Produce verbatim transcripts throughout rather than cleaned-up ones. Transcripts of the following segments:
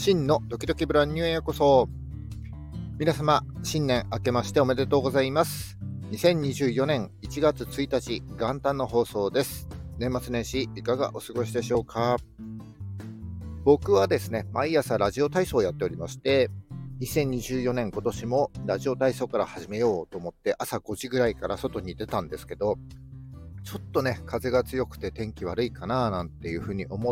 真のドキドキブランニューへようこそ。皆様、新年明けましておめでとうございます。にせんにじゅうよねんいちがつついたち、元旦の放送です。年末年始いかがお過ごしでしょうか。僕はですね、毎朝ラジオ体操をやっておりまして、にせんにじゅうよねん今年もラジオ体操から始めようと思って朝ごじぐらいから外に出たんですけど、ちょっとね風が強くて天気悪いかななんていうふうに思って、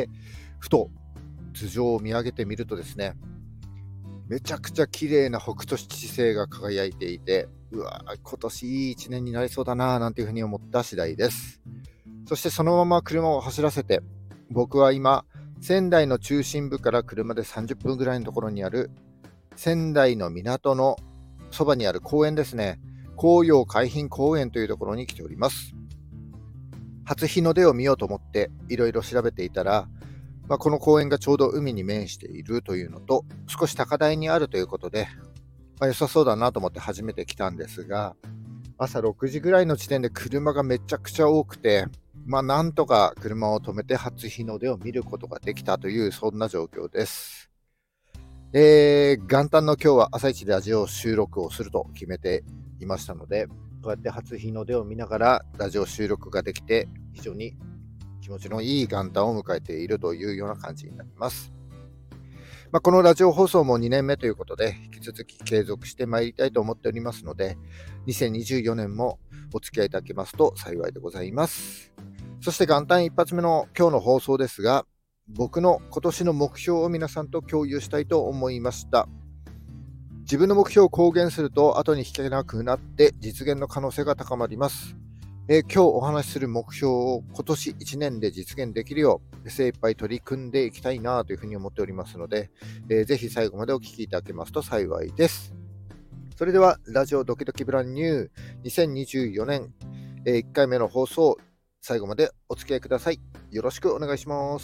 ふと頭上を見上げてみるとですね、めちゃくちゃ綺麗な北斗七星が輝いていて、うわ今年いい一年になりそうだななんていうふうに思った次第です。そしてそのまま車を走らせて、僕は今仙台の中心部から車でさんじゅっぷんぐらいのところにある仙台の港のそばにある公園ですね、紅葉海浜公園というところに来ております。初日の出を見ようと思っていろいろ調べていたら、まあ、この公園がちょうど海に面しているというのと、少し高台にあるということで、まあ、良さそうだなと思って初めて来たんですが、朝ろくじぐらいの時点で車がめちゃくちゃ多くて、まあ、なんとか車を止めて初日の出を見ることができたという、そんな状況です。えー、元旦の今日は朝一でラジオ収録をすると決めていましたので、こうやって初日の出を見ながらラジオ収録ができて、非常に気持ちのいい元旦を迎えているというような感じになります。まあ、このラジオ放送もにねんめということで、引き続き継続してまいりたいと思っておりますので、にせんにじゅうよねんもお付き合いいただけますと幸いでございます。そして元旦一発目の今日の放送ですが、僕の今年の目標を皆さんと共有したいと思いました。自分の目標を公言すると後に引けなくなって実現の可能性が高まります。えー、今日お話しする目標を今年いちねんで実現できるよう精一杯取り組んでいきたいなというふうに思っておりますので、えー、ぜひ最後までお聞きいただけますと幸いです。それではラジオドキドキブランニューにせんにじゅうよねん、えー、いっかいめの放送、最後までお付き合いください。よろしくお願いします。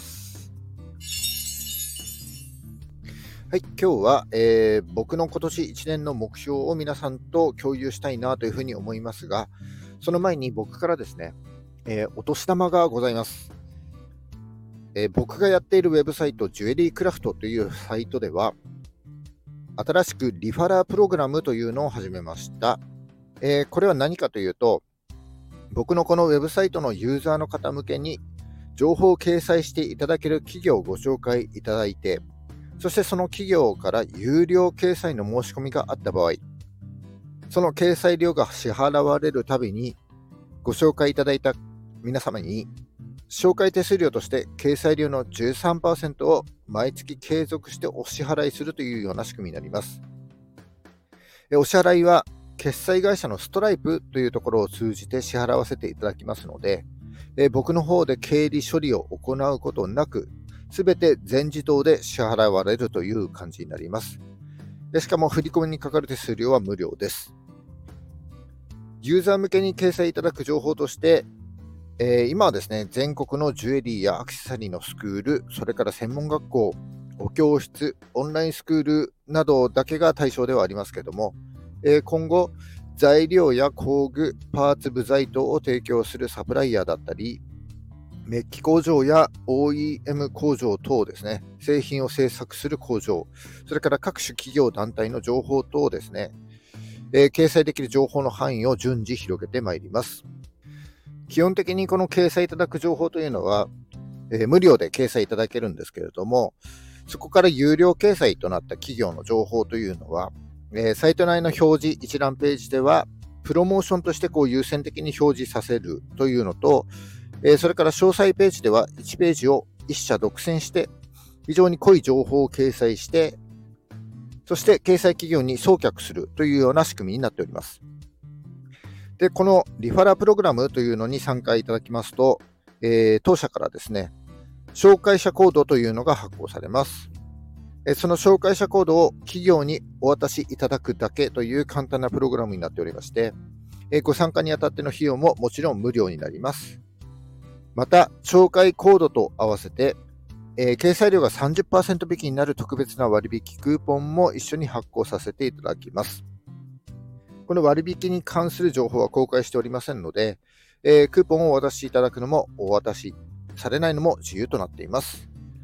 はい、今日は、えー、僕の今年いちねんの目標を皆さんと共有したいなというふうに思いますが、その前に僕からですね、えー、お年玉がございます。えー、僕がやっているウェブサイト、ジュエリークラフトというサイトでは、新しくリファラープログラムというのを始めました。えー、これは何かというと、僕のこのウェブサイトのユーザーの方向けに情報を掲載していただける企業をご紹介いただいて、そしてその企業から有料掲載の申し込みがあった場合、その掲載料が支払われるたびにご紹介いただいた皆様に紹介手数料として掲載料の じゅうさんパーセント を毎月継続してお支払いするというような仕組みになります。お支払いは決済会社のストライプというところを通じて支払わせていただきますので、僕の方で経理処理を行うことなく、すべて全自動で支払われるという感じになります。しかも振り込みにかかる手数料は無料です。ユーザー向けに掲載いただく情報として、えー、今はですね、全国のジュエリーやアクセサリーのスクール、それから専門学校、お教室、オンラインスクールなどだけが対象ではありますけども、えー、今後、材料や工具、パーツ、部材等を提供するサプライヤーだったり、メッキ工場や オーイーエム 工場等ですね、製品を製作する工場、それから各種企業団体の情報等ですね、えー、掲載できる情報の範囲を順次広げてまいります。基本的にこの掲載いただく情報というのは、えー、無料で掲載いただけるんですけれども、そこから有料掲載となった企業の情報というのは、えー、サイト内の表示一覧ページではプロモーションとしてこう優先的に表示させるというのと、えー、それから詳細ページではいちページを一社独占して非常に濃い情報を掲載して、そして掲載企業に送客するというような仕組みになっております。で、このリファラープログラムというのに参加いただきますと、えー、当社からですね、紹介者コードというのが発行されます。えー、その紹介者コードを企業にお渡しいただくだけという簡単なプログラムになっておりまして、えー、ご参加にあたっての費用ももちろん無料になります。また、紹介コードと合わせて、えー、掲載料が さんじゅっパーセント 引きになる特別な割引クーポンも一緒に発行させていただきます。この割引に関する情報は公開しておりませんので、えー、クーポンをお渡しいただくのもお渡しされないのも自由となっています。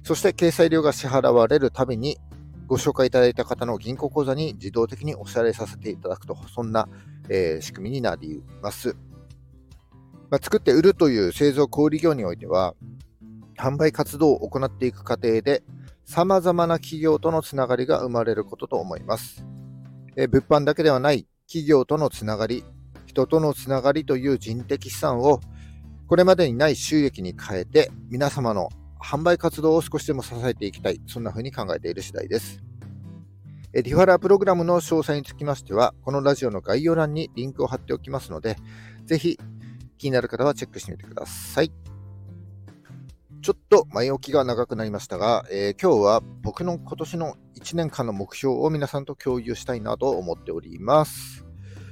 そして掲載料が支払われるたびにご紹介いただいた方の銀行口座に自動的にお支払いさせていただくと、そんな、えー仕組みになります。まあ、作って売るという製造小売業においては、販売活動を行っていく過程で、様々な企業とのつながりが生まれることと思います。えー物販だけではない企業とのつながり、人とのつながりという人的資産をこれまでにない収益に変えて、皆様の販売活動を少しでも支えていきたい、そんな風に考えている次第です。えリファラープログラムの詳細につきましては、このラジオの概要欄にリンクを貼っておきますので、ぜひ気になる方はチェックしてみてください。ちょっと前置きが長くなりましたが、えー今日は僕の今年のいちねんかんの目標を皆さんと共有したいなと思っております。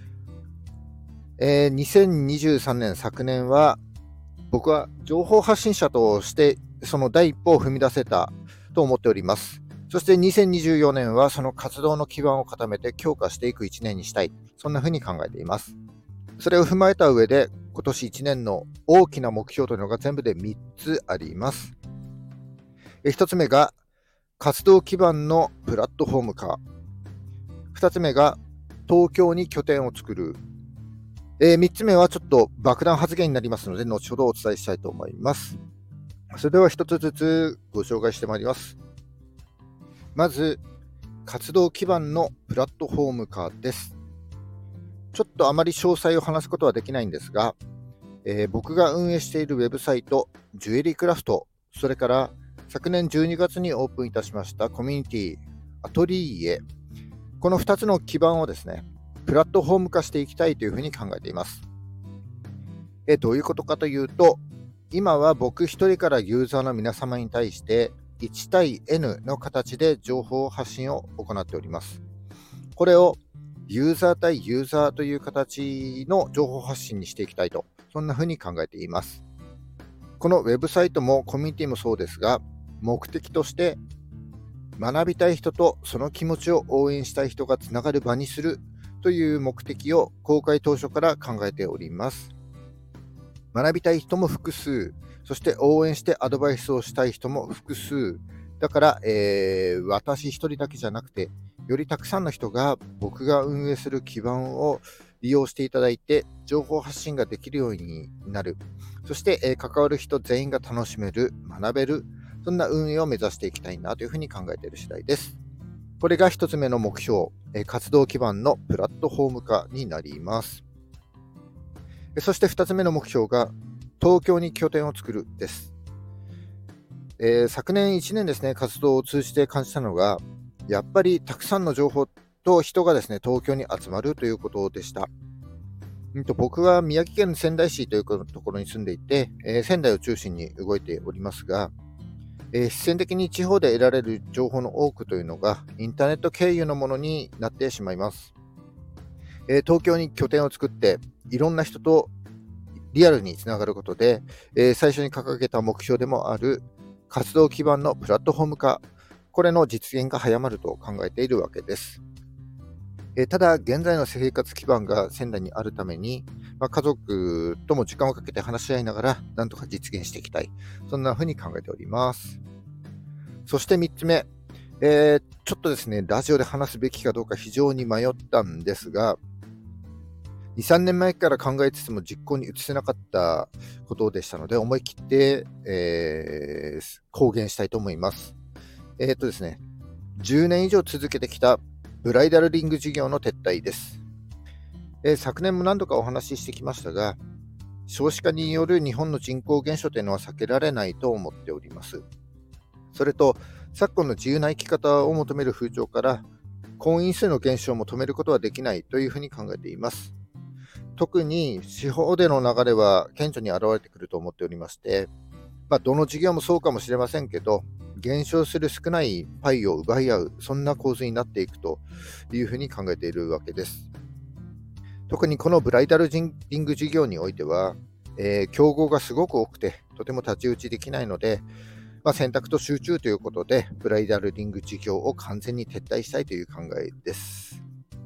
えーにせんにじゅうさんねん、昨年は僕は情報発信者としてその第一歩を踏み出せたと思っております。そしてにせんにじゅうよねんはその活動の基盤を固めて強化していくいちねんにしたい。そんな風に考えています。それを踏まえた上で今年いちねんの大きな目標というのが全部でみっつあります。ひとつめが活動基盤のプラットフォーム化。ふたつめが東京に拠点を作る。えー、みっつめはちょっと爆弾発言になりますので、後ほどお伝えしたいと思います。それではひとつずつご紹介してまいります。まず、活動基盤のプラットフォーム化です。ちょっとあまり詳細を話すことはできないんですが、えー僕が運営しているウェブサイト、ジュエリークラフト、それから昨年じゅうにがつにオープンいたしましたコミュニティ、アトリエ、このふたつの基盤をですね、プラットフォーム化していきたいというふうに考えています。えどういうことかというと、今は僕一人からユーザーの皆様に対していち対 エヌ の形で情報発信を行っております。これをユーザー対ユーザーという形の情報発信にしていきたいと、そんなふうに考えています。このウェブサイトもコミュニティもそうですが、目的として学びたい人とその気持ちを応援したい人がつながる場にするという目的を公開当初から考えております。学びたい人も複数、そして応援してアドバイスをしたい人も複数。だから、えー私一人だけじゃなくて、よりたくさんの人が僕が運営する基盤を利用していただいて、情報発信ができるようになる。そして、えー関わる人全員が楽しめる、学べる、そんな運営を目指していきたいなというふうに考えている次第です。これが一つ目の目標、えー活動基盤のプラットフォーム化になります。えーそして二つ目の目標が、東京に拠点を作るです。えー昨年いちねんですね、活動を通じて感じたのが、やっぱりたくさんの情報と人がですね、東京に集まるということでした。うんと僕は宮城県仙台市というところに住んでいて、えー仙台を中心に動いておりますが、えー必然的に地方で得られる情報の多くというのがインターネット経由のものになってしまいます。えー東京に拠点を作っていろんな人とリアルにつながることで、えー最初に掲げた目標でもある活動基盤のプラットフォーム化、これの実現が早まると考えているわけです。えーただ、現在の生活基盤が仙台にあるために、まあ、家族とも時間をかけて話し合いながら、なんとか実現していきたい。そんなふうに考えております。そしてみっつめ、えーちょっとですね、ラジオで話すべきかどうか非常に迷ったんですが、に、さんねんまえから考えつつも実行に移せなかったことでしたので、思い切って、えー公言したいと思います。えーっとですね、じゅうねん以上続けてきたブライダルリング事業の撤退です。えー昨年も何度かお話ししてきましたが、少子化による日本の人口減少というのは避けられないと思っております。それと、昨今の自由な生き方を求める風潮から、婚姻数の減少も止めることはできないというふうに考えています。特に地方での流れは顕著に現れてくると思っておりまして、まあ、どの事業もそうかもしれませんけど、減少する少ないパイを奪い合う、そんな構図になっていくというふうに考えているわけです。特にこのブライダルリング事業においては、えー競合がすごく多くて、とても太刀打ちできないので、まあ、選択と集中ということで、ブライダルリング事業を完全に撤退したいという考えです。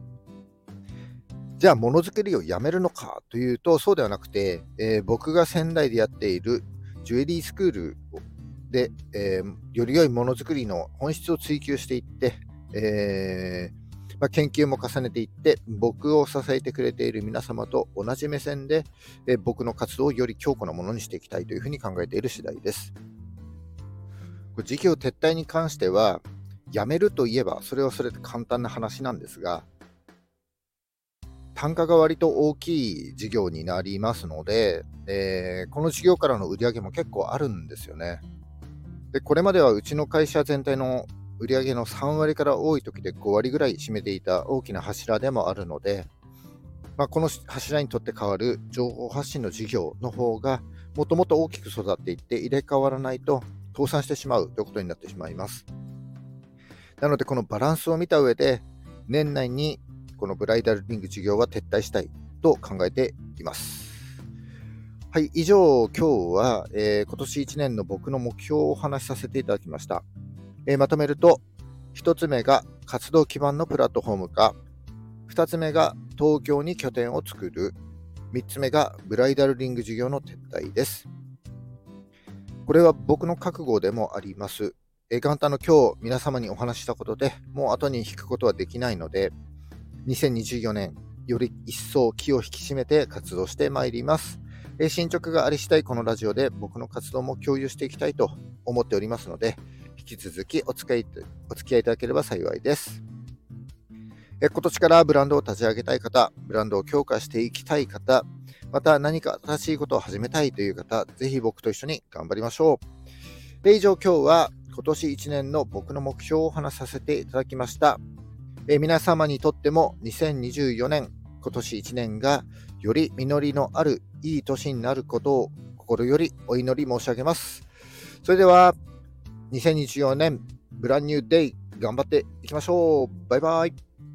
じゃあ、ものづくりをやめるのかというと、そうではなくて、えー僕が仙台でやっているジュエリースクールで、えー、より良いものづくりの本質を追求していって、えーまあ、研究も重ねていって、僕を支えてくれている皆様と同じ目線で、えー僕の活動をより強固なものにしていきたいというふうに考えている次第です。これ事業撤退に関しては、やめるといえばそれはそれで簡単な話なんですが、単価が割と大きい事業になりますので、えーこの事業からの売り上げも結構あるんですよね。で、これまではうちの会社全体の売り上げのさん割から多い時でご割ぐらい占めていた大きな柱でもあるので、まあ、この柱にとって変わる情報発信の事業の方がもっともっと大きく育っていって入れ替わらないと倒産してしまうということになってしまいます。なのでこのバランスを見た上で年内にこのブライダルリング事業は撤退したいと考えています。はい、以上今日は、えー今年いちねんの僕の目標をお話しさせていただきました。えーまとめると、ひとつめが活動基盤のプラットフォーム化、ふたつめが東京に拠点を作る、みっつめがブライダルリング事業の撤退です。これは僕の覚悟でもあります。えー元旦の今日皆様にお話ししたことでもう後に引くことはできないので、にせんにじゅうよねんより一層気を引き締めて活動してまいります。えー進捗があり次第このラジオで僕の活動も共有していきたいと思っておりますので、引き続きお付き合いお付き合いいただければ幸いです。え今年からブランドを立ち上げたい方、ブランドを強化していきたい方、また何か新しいことを始めたいという方、ぜひ僕と一緒に頑張りましょう。で、以上今日は今年いちねんの僕の目標をお話しさせていただきました。え皆様にとってもにせんにじゅうよねん、今年いちねんがより実りのあるいい年になることを心よりお祈り申し上げます。それではにせんにじゅうよねんブランニューデイ頑張っていきましょう。バイバイ。